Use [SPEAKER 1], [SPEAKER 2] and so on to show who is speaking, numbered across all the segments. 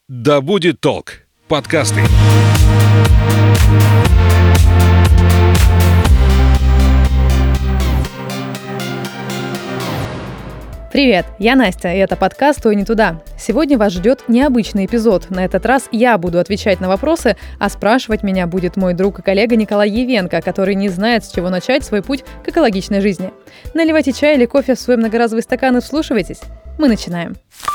[SPEAKER 1] Да будет толк. Подкасты.
[SPEAKER 2] Привет, я Настя, и это подкаст «Ой, не туда». Сегодня вас ждет необычный эпизод. На этот раз я буду отвечать на вопросы, а спрашивать меня будет мой друг и коллега Николай Евенко, который не знает, с чего начать свой путь к экологичной жизни. Наливайте чай или кофе в свой многоразовый стакан и вслушивайтесь. Мы начинаем.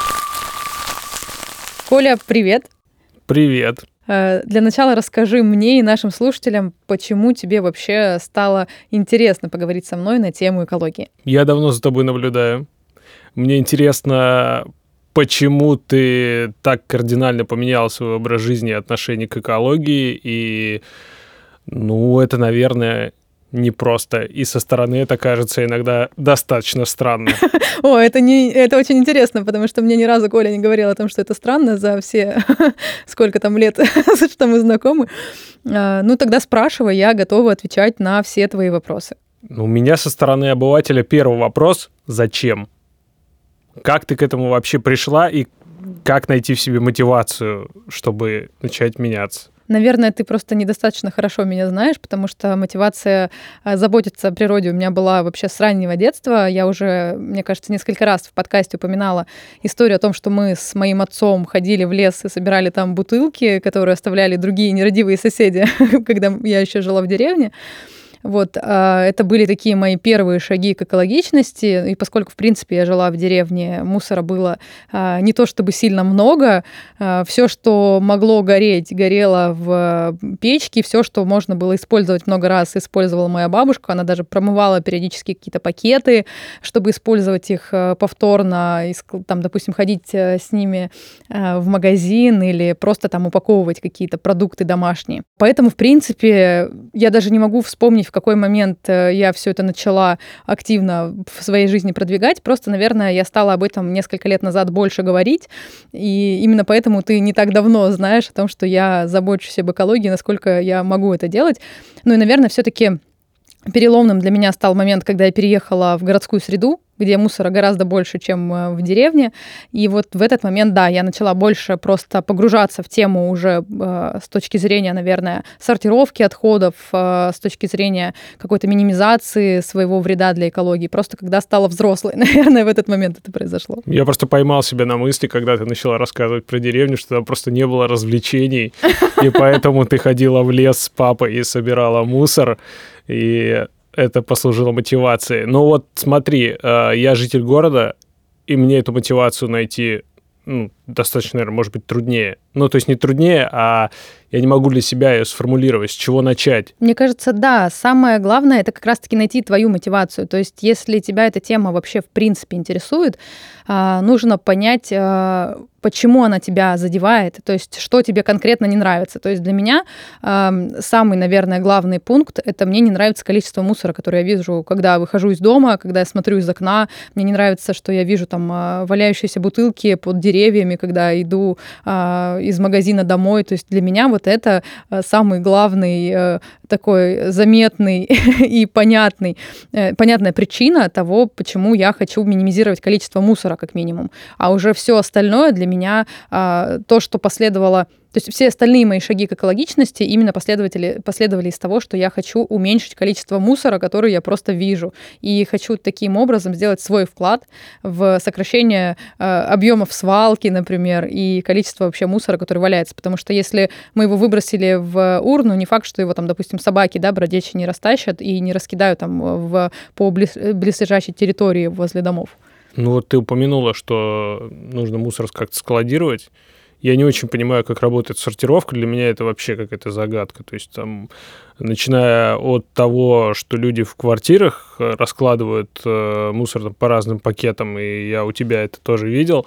[SPEAKER 2] Коля, привет.
[SPEAKER 3] Привет.
[SPEAKER 2] Для начала расскажи мне и нашим слушателям, почему тебе вообще стало интересно поговорить со мной на тему экологии.
[SPEAKER 3] Я давно за тобой наблюдаю. Мне интересно, почему ты так кардинально поменял свой образ жизни и отношение к экологии. И, это, наверное, непросто. И со стороны это кажется иногда достаточно странно.
[SPEAKER 2] Это очень интересно, потому что мне ни разу Коля не говорил о том, что это странно за все сколько там лет, что мы знакомы. Тогда спрашивай, я готова отвечать на все твои вопросы.
[SPEAKER 3] У меня со стороны обывателя первый вопрос – зачем? Как ты к этому вообще пришла и как найти в себе мотивацию, чтобы начать меняться?
[SPEAKER 2] Наверное, ты просто недостаточно хорошо меня знаешь, потому что мотивация заботиться о природе у меня была вообще с раннего детства. Я уже, мне кажется, несколько раз в подкасте упоминала историю о том, что мы с моим отцом ходили в лес и собирали там бутылки, которые оставляли другие нерадивые соседи, когда я еще жила в деревне. Это были такие мои первые шаги к экологичности, и поскольку, в принципе, я жила в деревне, мусора было не то чтобы сильно много, все, что могло гореть, горело в печке, все, что можно было использовать много раз, использовала моя бабушка, она даже промывала периодически какие-то пакеты, чтобы использовать их повторно, там, допустим, ходить с ними в магазин или просто там упаковывать какие-то продукты домашние. Поэтому, в принципе, я даже не могу вспомнить, в какой момент я все это начала активно в своей жизни продвигать. Просто, наверное, я стала об этом несколько лет назад больше говорить. И именно поэтому ты не так давно знаешь о том, что я забочусь об экологии, насколько я могу это делать. И, наверное, все-таки переломным для меня стал момент, когда я переехала в городскую среду, где мусора гораздо больше, чем в деревне. И в этот момент, да, я начала больше просто погружаться в тему уже с точки зрения, наверное, сортировки отходов, с точки зрения какой-то минимизации своего вреда для экологии. Просто когда стала взрослой, наверное, в этот момент это произошло.
[SPEAKER 3] Я просто поймал себя на мысли, когда ты начала рассказывать про деревню, что там просто не было развлечений, и поэтому ты ходила в лес с папой и собирала мусор, и это послужило мотивацией. Смотри, я житель города, и мне эту мотивацию найти достаточно, наверное, может быть, труднее. То есть не труднее, а я не могу для себя ее сформулировать, с чего начать.
[SPEAKER 2] Мне кажется, да, самое главное — это как раз-таки найти твою мотивацию. То есть если тебя эта тема вообще в принципе интересует, нужно понять, почему она тебя задевает, то есть что тебе конкретно не нравится. То есть для меня самый, наверное, главный пункт — это мне не нравится количество мусора, которое я вижу, когда выхожу из дома, когда я смотрю из окна. Мне не нравится, что я вижу там валяющиеся бутылки под деревьями, когда иду из магазина домой. То есть для меня это самый главный такой заметный и понятная причина того, почему я хочу минимизировать количество мусора как минимум. А уже все остальное для меня, то, что последовало, то есть все остальные мои шаги к экологичности именно последовали из того, что я хочу уменьшить количество мусора, который я просто вижу. И хочу таким образом сделать свой вклад в сокращение объемов свалки, например, и количество вообще мусора, который валяется. Потому что если мы его выбросили в урну, не факт, что его там, допустим, собаки, бродячие не растащат и не раскидают там по близлежащей территории возле домов.
[SPEAKER 3] Ты упомянула, что нужно мусор как-то складировать. Я не очень понимаю, как работает сортировка. Для меня это вообще какая-то загадка. То есть там, начиная от того, что люди в квартирах раскладывают мусор по разным пакетам, и я у тебя это тоже видел,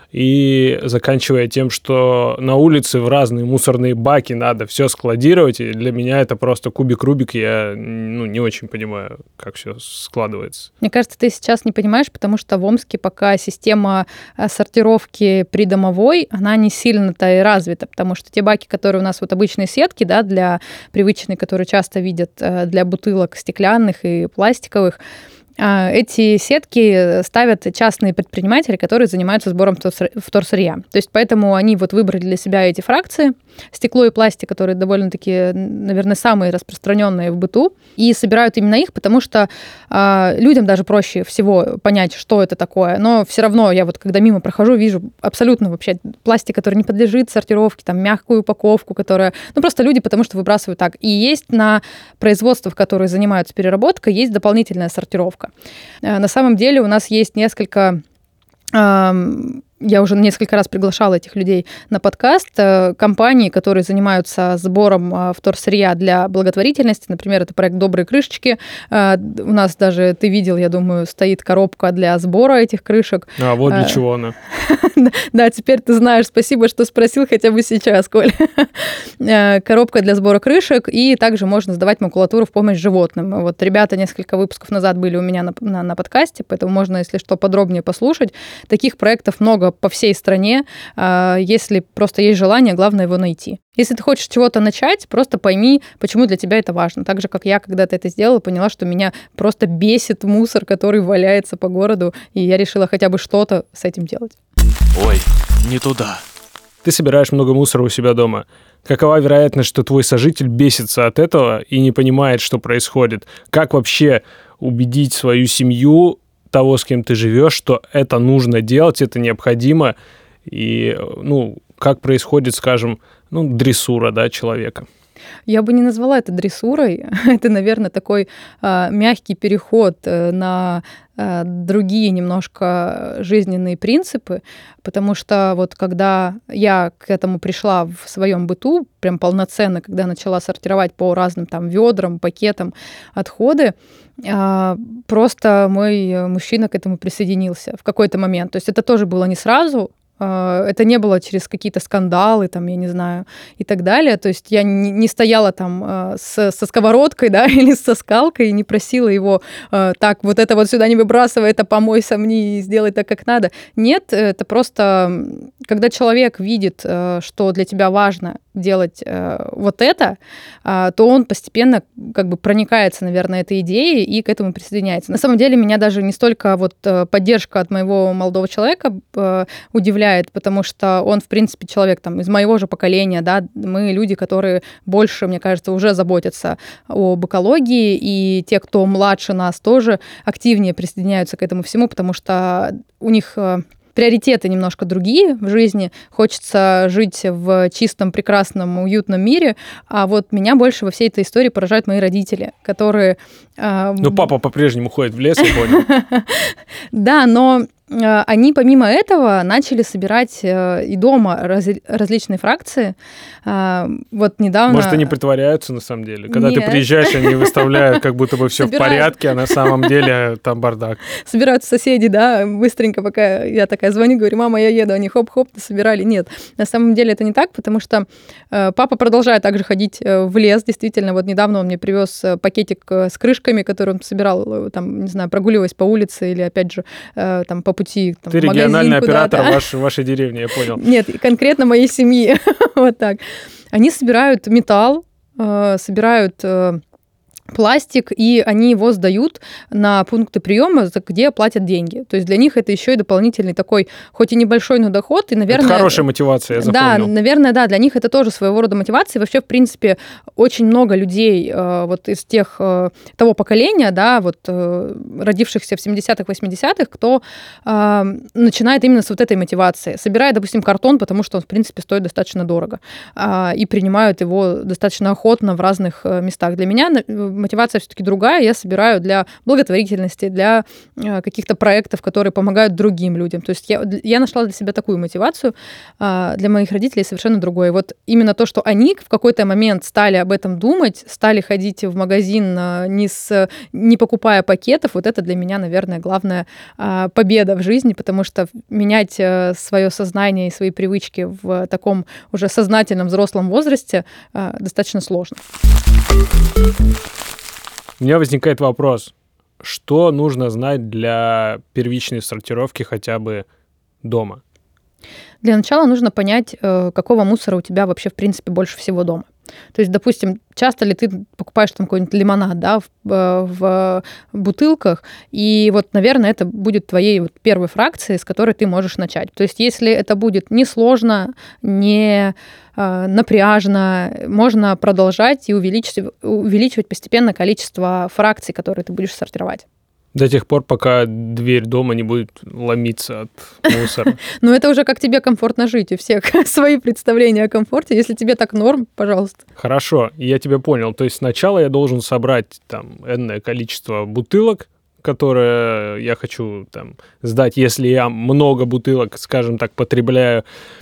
[SPEAKER 3] и заканчивая тем, что на улице в разные мусорные баки надо все складировать, и для меня это просто кубик-рубик, я не очень понимаю, как все складывается.
[SPEAKER 2] Мне кажется, ты сейчас не понимаешь, потому что в Омске пока система сортировки придомовой, она не сильно-то и развита, потому что те баки, которые у нас обычные сетки, для привычные, которые часто видят для бутылок стеклянных и пластиковых, эти сетки ставят частные предприниматели, которые занимаются сбором вторсырья. То есть поэтому они вот выбрали для себя эти фракции, стекло и пластик, которые довольно-таки, наверное, самые распространенные в быту, и собирают именно их, потому что людям даже проще всего понять, что это такое. Но все равно я вот, когда мимо прохожу, вижу абсолютно вообще пластик, который не подлежит сортировке, там мягкую упаковку, которая... Ну, просто люди потому что выбрасывают так. И есть на производствах, которые занимаются переработкой, есть дополнительная сортировка. На самом деле у нас есть несколько... Я уже несколько раз приглашала этих людей на подкаст. Компании, которые занимаются сбором вторсырья для благотворительности. Например, это проект «Добрые крышечки». У нас даже, ты видел, я думаю, стоит коробка для сбора этих крышек.
[SPEAKER 3] А вот для чего она.
[SPEAKER 2] Да, теперь ты знаешь. Спасибо, что спросил хотя бы сейчас, Коль. Коробка для сбора крышек. И также можно сдавать макулатуру в помощь животным. Вот ребята несколько выпусков назад были у меня на подкасте, поэтому можно, если что, подробнее послушать. Таких проектов много по всей стране. Если просто есть желание, главное его найти. Если ты хочешь чего-то начать, просто пойми, почему для тебя это важно. Так же, как я когда-то это сделала, поняла, что меня просто бесит мусор, который валяется по городу, и я решила хотя бы что-то с этим делать.
[SPEAKER 4] Ой, не туда.
[SPEAKER 3] Ты собираешь много мусора у себя дома. Какова вероятность, что твой сожитель бесится от этого и не понимает, что происходит? Как вообще убедить свою семью, того, с кем ты живешь, что это нужно делать, это необходимо, и, как происходит, скажем, дрессура, да, человека?
[SPEAKER 2] Я бы не назвала это дрессурой. Это, наверное, такой мягкий переход на другие немножко жизненные принципы, потому что вот когда я к этому пришла в своем быту, прям полноценно, когда начала сортировать по разным там ведрам, пакетам отходы, просто мой мужчина к этому присоединился в какой-то момент. То есть это тоже было не сразу, это не было через какие-то скандалы, там, я не знаю, и так далее. То есть я не стояла там со сковородкой, да, или со скалкой и не просила его так, вот это вот сюда не выбрасывай, это помой, сомни и сделай так, как надо. Нет, это просто, когда человек видит, что для тебя важно делать вот это, то он постепенно как бы проникается, наверное, этой идеей и к этому присоединяется. На самом деле меня даже не столько вот поддержка от моего молодого человека удивляет, потому что он, в принципе, человек там из моего же поколения, да, мы люди, которые больше, мне кажется, уже заботятся об экологии, и те, кто младше нас, тоже активнее присоединяются к этому всему, потому что у них приоритеты немножко другие в жизни. Хочется жить в чистом, прекрасном, уютном мире. А вот меня больше во всей этой истории поражают мои родители, которые...
[SPEAKER 3] папа по-прежнему ходит в лес, я понял.
[SPEAKER 2] Да, но они помимо этого начали собирать и дома различные фракции. Вот недавно...
[SPEAKER 3] Может, они притворяются на самом деле? Когда ты приезжаешь, они выставляют, как будто бы все в порядке, а на самом деле там бардак.
[SPEAKER 2] Собираются соседи, да, быстренько, пока я такая звоню, говорю: мама, я еду, они хоп-хоп, собирали. Нет, на самом деле это не так, потому что папа продолжает также ходить в лес, действительно. Вот недавно он мне привез пакетик с крышками, который он собирал, там, не знаю, прогуливаясь по улице или, опять же, там, по пути там,
[SPEAKER 3] ты
[SPEAKER 2] в магазин.
[SPEAKER 3] Ты региональный оператор вашей деревни, я понял.
[SPEAKER 2] Нет, конкретно моей семьи. Вот так. Они собирают металл, собирают пластик, и они его сдают на пункты приема, где платят деньги. То есть для них это еще и дополнительный такой, хоть и небольшой, но доход, и, наверное...
[SPEAKER 3] Это хорошая мотивация, я запомнил.
[SPEAKER 2] Да, наверное, да, для них это тоже своего рода мотивация. И вообще, в принципе, очень много людей вот из того поколения, да, вот родившихся в 70-х, 80-х, кто начинает именно с вот этой мотивации. Собирая, допустим, картон, потому что он, в принципе, стоит достаточно дорого, и принимают его достаточно охотно в разных местах. Для меня мотивация все-таки другая. Я собираю для благотворительности, для каких-то проектов, которые помогают другим людям. То есть я нашла для себя такую мотивацию, для моих родителей совершенно другое. Вот именно то, что они в какой-то момент стали об этом думать, стали ходить в магазин, не покупая пакетов, вот это для меня, наверное, главная победа в жизни, потому что менять свое сознание и свои привычки в таком уже сознательном взрослом возрасте достаточно сложно.
[SPEAKER 3] У меня возникает вопрос, что нужно знать для первичной сортировки хотя бы дома?
[SPEAKER 2] Для начала нужно понять, какого мусора у тебя вообще, в принципе, больше всего дома. То есть, допустим, часто ли ты покупаешь там какой-нибудь лимонад, да, в бутылках, и вот, наверное, это будет твоей вот первой фракцией, с которой ты можешь начать. То есть, если это будет несложно, не напряжно, можно продолжать и увеличивать постепенно количество фракций, которые ты будешь сортировать.
[SPEAKER 3] До тех пор, пока дверь дома не будет ломиться от мусора.
[SPEAKER 2] Но это уже как тебе комфортно жить. У всех свои представления о комфорте. Если тебе так норм, пожалуйста.
[SPEAKER 3] Хорошо, я тебя понял. То есть сначала я должен собрать там энное количество бутылок, которые я хочу там сдать, если я много бутылок, скажем так, потребляю,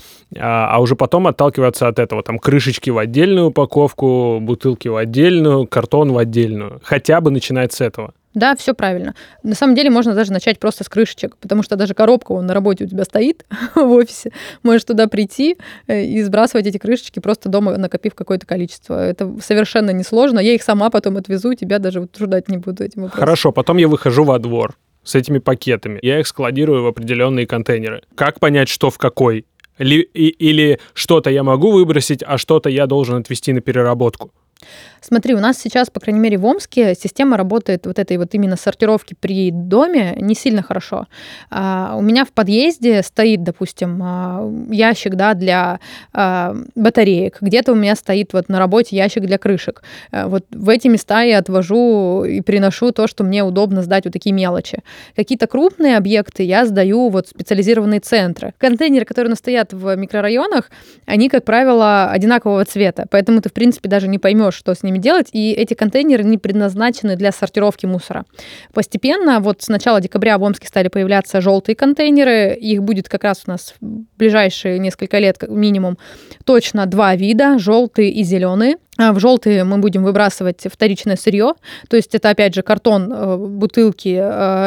[SPEAKER 3] а уже потом отталкиваться от этого. Там крышечки в отдельную упаковку, бутылки в отдельную, картон в отдельную. Хотя бы начинать с этого.
[SPEAKER 2] Да, все правильно. На самом деле можно даже начать просто с крышечек, потому что даже коробка на работе у тебя стоит в офисе. Можешь туда прийти и сбрасывать эти крышечки, просто дома накопив какое-то количество. Это совершенно несложно. Я их сама потом отвезу, тебя даже утруждать не буду этим вопросом.
[SPEAKER 3] Хорошо, потом я выхожу во двор с этими пакетами. Я их складирую в определенные контейнеры. Как понять, что в какой? Или что-то я могу выбросить, а что-то я должен отвезти на переработку?
[SPEAKER 2] Смотри, у нас сейчас, по крайней мере, в Омске система работает вот этой вот именно сортировки при доме не сильно хорошо. У меня в подъезде стоит, допустим, ящик, да, для батареек. Где-то у меня стоит вот на работе ящик для крышек. Вот в эти места я отвожу и приношу то, что мне удобно сдать, вот такие мелочи. Какие-то крупные объекты я сдаю вот в специализированные центры. Контейнеры, которые у нас стоят в микрорайонах, они, как правило, одинакового цвета, поэтому ты, в принципе, даже не поймешь, что с ними делать, и эти контейнеры не предназначены для сортировки мусора. Постепенно, вот с начала декабря в Омске стали появляться желтые контейнеры, их будет как раз у нас в ближайшие несколько лет минимум точно 2 вида, желтые и зеленые. В желтые мы будем выбрасывать вторичное сырье, то есть это, опять же, картон, бутылки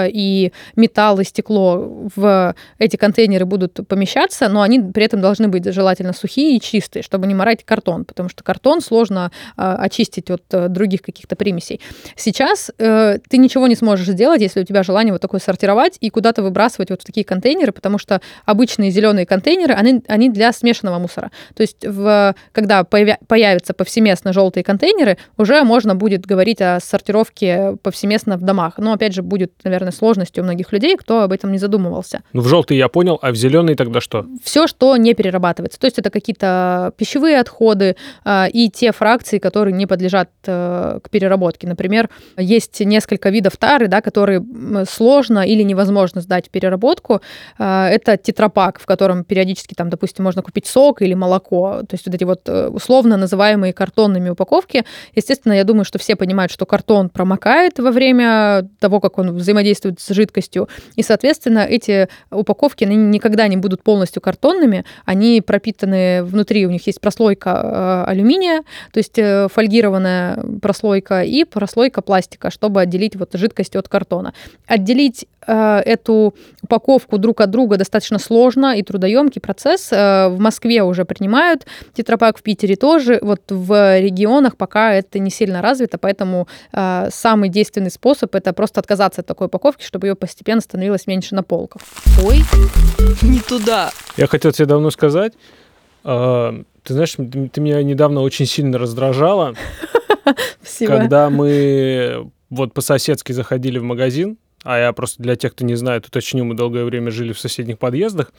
[SPEAKER 2] и металл, и стекло в эти контейнеры будут помещаться, но они при этом должны быть желательно сухие и чистые, чтобы не морать картон, потому что картон сложно очистить от других каких-то примесей. Сейчас ты ничего не сможешь сделать, если у тебя желание вот такое сортировать и куда-то выбрасывать вот в такие контейнеры, потому что обычные зеленые контейнеры, они для смешанного мусора. То есть когда появятся повсеместно желтые контейнеры, уже можно будет говорить о сортировке повсеместно в домах. Но, опять же, будет, наверное, сложностью у многих людей, кто об этом не задумывался.
[SPEAKER 3] Ну, в желтый я понял, а в зеленый тогда что?
[SPEAKER 2] Все, что не перерабатывается. То есть это какие-то пищевые отходы и те фракции, которые не подлежат к переработке. Например, есть несколько видов тары, да, которые сложно или невозможно сдать в переработку. Это тетрапак, в котором периодически, там, допустим, можно купить сок или молоко. То есть вот эти вот условно называемые картонные упаковки. Естественно, я думаю, что все понимают, что картон промокает во время того, как он взаимодействует с жидкостью. И, соответственно, эти упаковки они никогда не будут полностью картонными. Они пропитаны внутри, у них есть прослойка алюминия, то есть фольгированная прослойка и прослойка пластика, чтобы отделить вот жидкость от картона. Отделить эту упаковку друг от друга достаточно сложно и трудоемкий процесс. В Москве уже принимают тетрапак, в Питере тоже. Вот в регионах пока это не сильно развито, поэтому самый действенный способ — это просто отказаться от такой упаковки, чтобы ее постепенно становилось меньше на полках.
[SPEAKER 5] Ой, не туда.
[SPEAKER 3] Я хотел тебе давно сказать, ты знаешь, ты меня недавно очень сильно раздражала, когда мы вот по-соседски заходили в магазин, а я просто для тех, кто не знает, уточню, мы долгое время жили в соседних подъездах,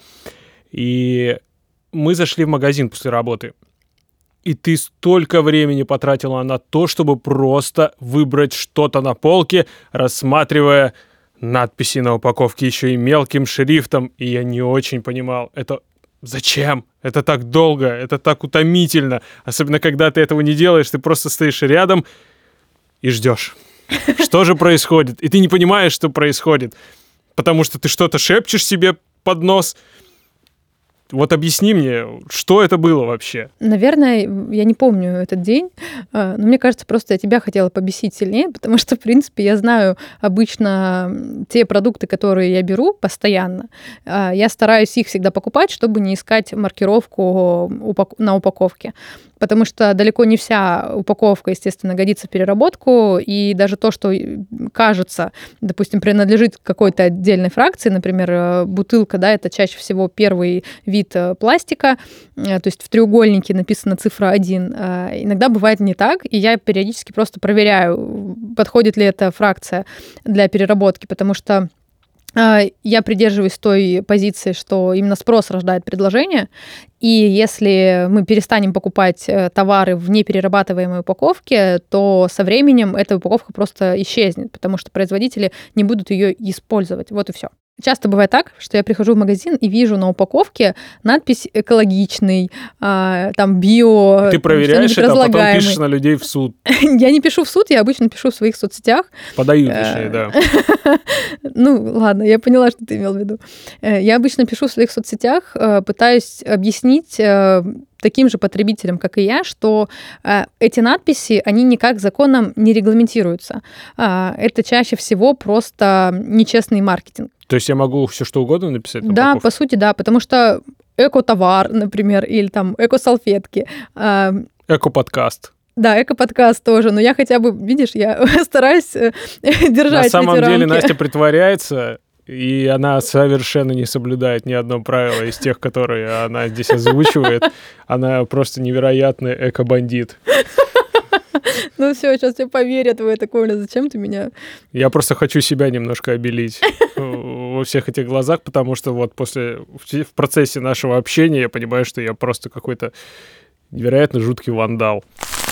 [SPEAKER 3] и мы зашли в магазин после работы. И ты столько времени потратила на то, чтобы просто выбрать что-то на полке, рассматривая надписи на упаковке еще и мелким шрифтом. И я не очень понимал, это зачем? Это так долго, это так утомительно. Особенно, когда ты этого не делаешь, ты просто стоишь рядом и ждешь. Что же происходит? И ты не понимаешь, что происходит, потому что ты что-то шепчешь себе под нос. Вот объясни мне, что это было вообще?
[SPEAKER 2] Наверное, я не помню этот день, но мне кажется, просто я тебя хотела побесить сильнее, потому что, в принципе, я знаю обычно те продукты, которые я беру постоянно. Я стараюсь их всегда покупать, чтобы не искать маркировку на упаковке. Потому что далеко не вся упаковка, естественно, годится в переработку, и даже то, что кажется, допустим, принадлежит какой-то отдельной фракции, например, бутылка, да, это чаще всего первый вид вид пластика, то есть в треугольнике написана цифра 1. Иногда бывает не так, и я периодически просто проверяю, подходит ли эта фракция для переработки, потому что я придерживаюсь той позиции, что именно спрос рождает предложение, и если мы перестанем покупать товары в неперерабатываемой упаковке, то со временем эта упаковка просто исчезнет, потому что производители не будут ее использовать. Вот и все. Часто бывает так, что я прихожу в магазин и вижу на упаковке надпись «экологичный», там «био».
[SPEAKER 3] Ты проверяешь это, а потом пишешь на людей в суд.
[SPEAKER 2] Я не пишу в суд, я обычно пишу в своих соцсетях.
[SPEAKER 3] Подают, точнее, да.
[SPEAKER 2] Ну, ладно, я поняла, что ты имел в виду. Я обычно пишу в своих соцсетях, пытаюсь объяснить таким же потребителям, как и я, что эти надписи, они никак законом не регламентируются. Это чаще всего просто нечестный маркетинг.
[SPEAKER 3] То есть я могу все что угодно написать на
[SPEAKER 2] Да,
[SPEAKER 3] упаковке?
[SPEAKER 2] по сути, да, потому что эко-товар, например, или там эко-салфетки.
[SPEAKER 3] Эко-подкаст.
[SPEAKER 2] Да, эко-подкаст тоже, но я хотя бы, видишь, я стараюсь держать
[SPEAKER 3] На
[SPEAKER 2] эти
[SPEAKER 3] самом деле
[SPEAKER 2] рамки.
[SPEAKER 3] Настя притворяется, и она совершенно не соблюдает ни одно правило из тех, которые она здесь озвучивает. Она просто невероятный эко-бандит.
[SPEAKER 2] Ну все, сейчас все поверят в это, Коля, зачем ты меня...
[SPEAKER 3] Я просто хочу себя немножко обелить во всех этих глазах, потому что вот в процессе нашего общения я понимаю, что я просто какой-то невероятно жуткий вандал.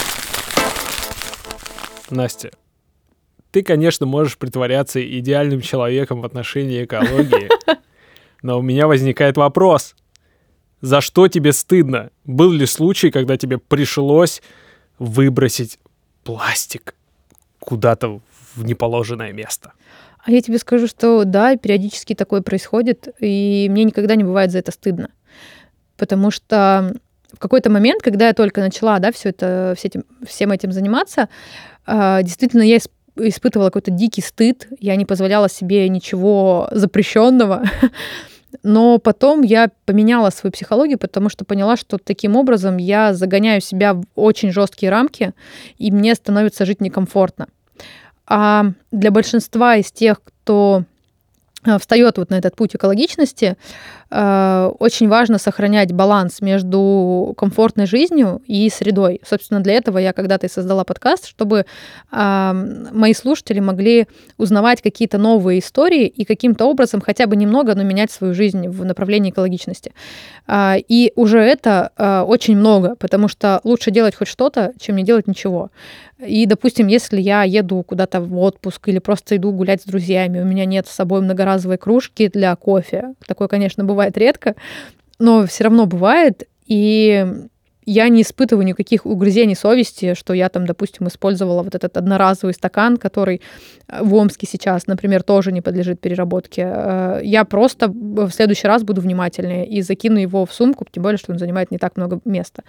[SPEAKER 3] Настя, ты, конечно, можешь притворяться идеальным человеком в отношении экологии, но у меня возникает вопрос. За что тебе стыдно? Был ли случай, когда тебе пришлось выбросить пластик куда-то в неположенное место?
[SPEAKER 2] А я тебе скажу, что да, периодически такое происходит, и мне никогда не бывает за это стыдно. Потому что в какой-то момент, когда я только начала, да, всем этим заниматься, действительно, я испытывала какой-то дикий стыд, я не позволяла себе ничего запрещенного. Но потом я поменяла свою психологию, потому что поняла, что таким образом я загоняю себя в очень жесткие рамки, и мне становится жить некомфортно. А для большинства из тех, кто встает вот на этот путь экологичности, очень важно сохранять баланс между комфортной жизнью и средой. Собственно, для этого я когда-то и создала подкаст, чтобы мои слушатели могли узнавать какие-то новые истории и каким-то образом хотя бы немного, но менять свою жизнь в направлении экологичности. И уже это очень много, потому что лучше делать хоть что-то, чем не делать ничего. И, допустим, если я еду куда-то в отпуск или просто иду гулять с друзьями, у меня нет с собой многоразовой кружки для кофе. Такое, конечно, бывает редко, но все равно бывает. И я не испытываю никаких угрызений совести, что я там, допустим, использовала вот этот одноразовый стакан, который в Омске сейчас, например, тоже не подлежит переработке. Я просто в следующий раз буду внимательнее и закину его в сумку, тем более, что он занимает не так много места.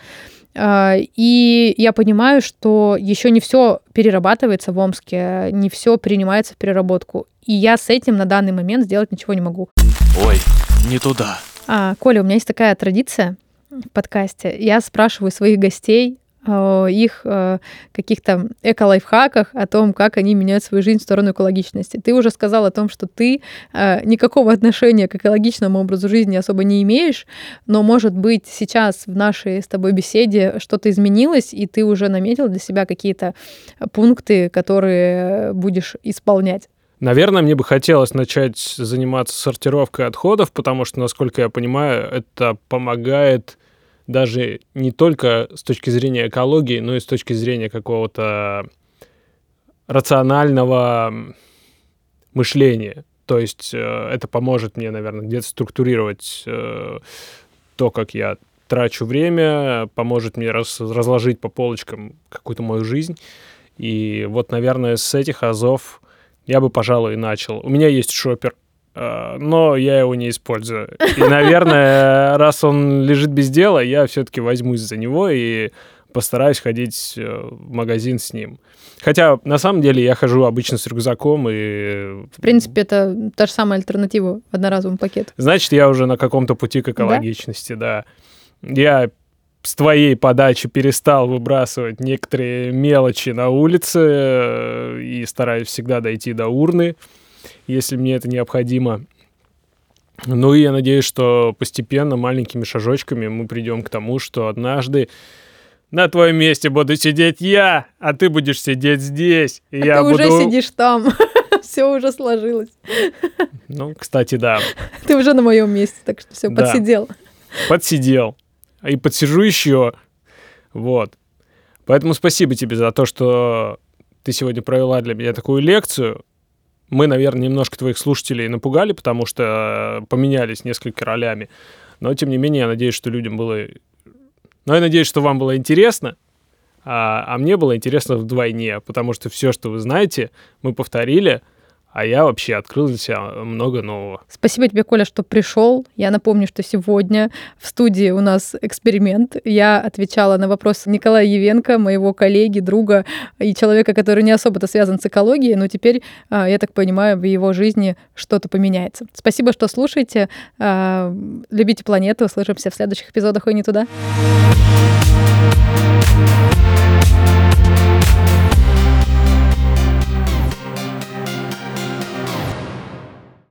[SPEAKER 2] И я понимаю, что еще не все перерабатывается в Омске, не все принимается в переработку. И я с этим на данный момент сделать ничего не могу.
[SPEAKER 4] Ой, не туда.
[SPEAKER 2] Коля, у меня есть такая традиция в подкасте. Я спрашиваю своих гостей о их каких-то эко-лайфхаках, о том, как они меняют свою жизнь в сторону экологичности. Ты уже сказал о том, что ты никакого отношения к экологичному образу жизни особо не имеешь, но, может быть, сейчас в нашей с тобой беседе что-то изменилось, и ты уже наметил для себя какие-то пункты, которые будешь исполнять.
[SPEAKER 3] Наверное, мне бы хотелось начать заниматься сортировкой отходов, потому что, насколько я понимаю, это помогает даже не только с точки зрения экологии, но и с точки зрения какого-то рационального мышления. То есть это поможет мне, наверное, где-то структурировать то, как я трачу время, поможет мне разложить по полочкам какую-то мою жизнь. И вот, наверное, с этих азов я бы, пожалуй, и начал. У меня есть шопер, но я его не использую. И, наверное, раз он лежит без дела, я все-таки возьмусь за него и постараюсь ходить в магазин с ним. Хотя, на самом деле, я хожу обычно с рюкзаком и...
[SPEAKER 2] В принципе, это та же самая альтернатива одноразовому пакету.
[SPEAKER 3] Значит, я уже на каком-то пути к экологичности, да. Я с твоей подачи перестал выбрасывать некоторые мелочи на улице и стараюсь всегда дойти до урны, если мне это необходимо. Ну и я надеюсь, что постепенно, маленькими шажочками мы придем к тому, что однажды на твоем месте буду сидеть я, а ты будешь сидеть здесь. И я
[SPEAKER 2] ты
[SPEAKER 3] буду...
[SPEAKER 2] уже сидишь там. Все уже сложилось.
[SPEAKER 3] Ну, кстати, да.
[SPEAKER 2] Ты уже на моем месте, так что все,
[SPEAKER 3] Да.
[SPEAKER 2] подсидел.
[SPEAKER 3] Подсидел. И подсижу еще. Вот. Поэтому спасибо тебе за то, что ты сегодня провела для меня такую лекцию. Мы, наверное, немножко твоих слушателей напугали, потому что поменялись несколько ролями. Но, тем не менее, я надеюсь, что людям было... Ну, я надеюсь, что вам было интересно, а мне было интересно вдвойне, потому что все, что вы знаете, мы повторили, а я вообще открыл для себя много нового.
[SPEAKER 2] Спасибо тебе, Коля, что пришел. Я напомню, что сегодня в студии у нас эксперимент. Я отвечала на вопросы Николая Евенко, моего коллеги, друга и человека, который не особо-то связан с экологией, но теперь, я так понимаю, в его жизни что-то поменяется. Спасибо, что слушаете. Любите планету. Услышимся в следующих эпизодах «Ой, не туда».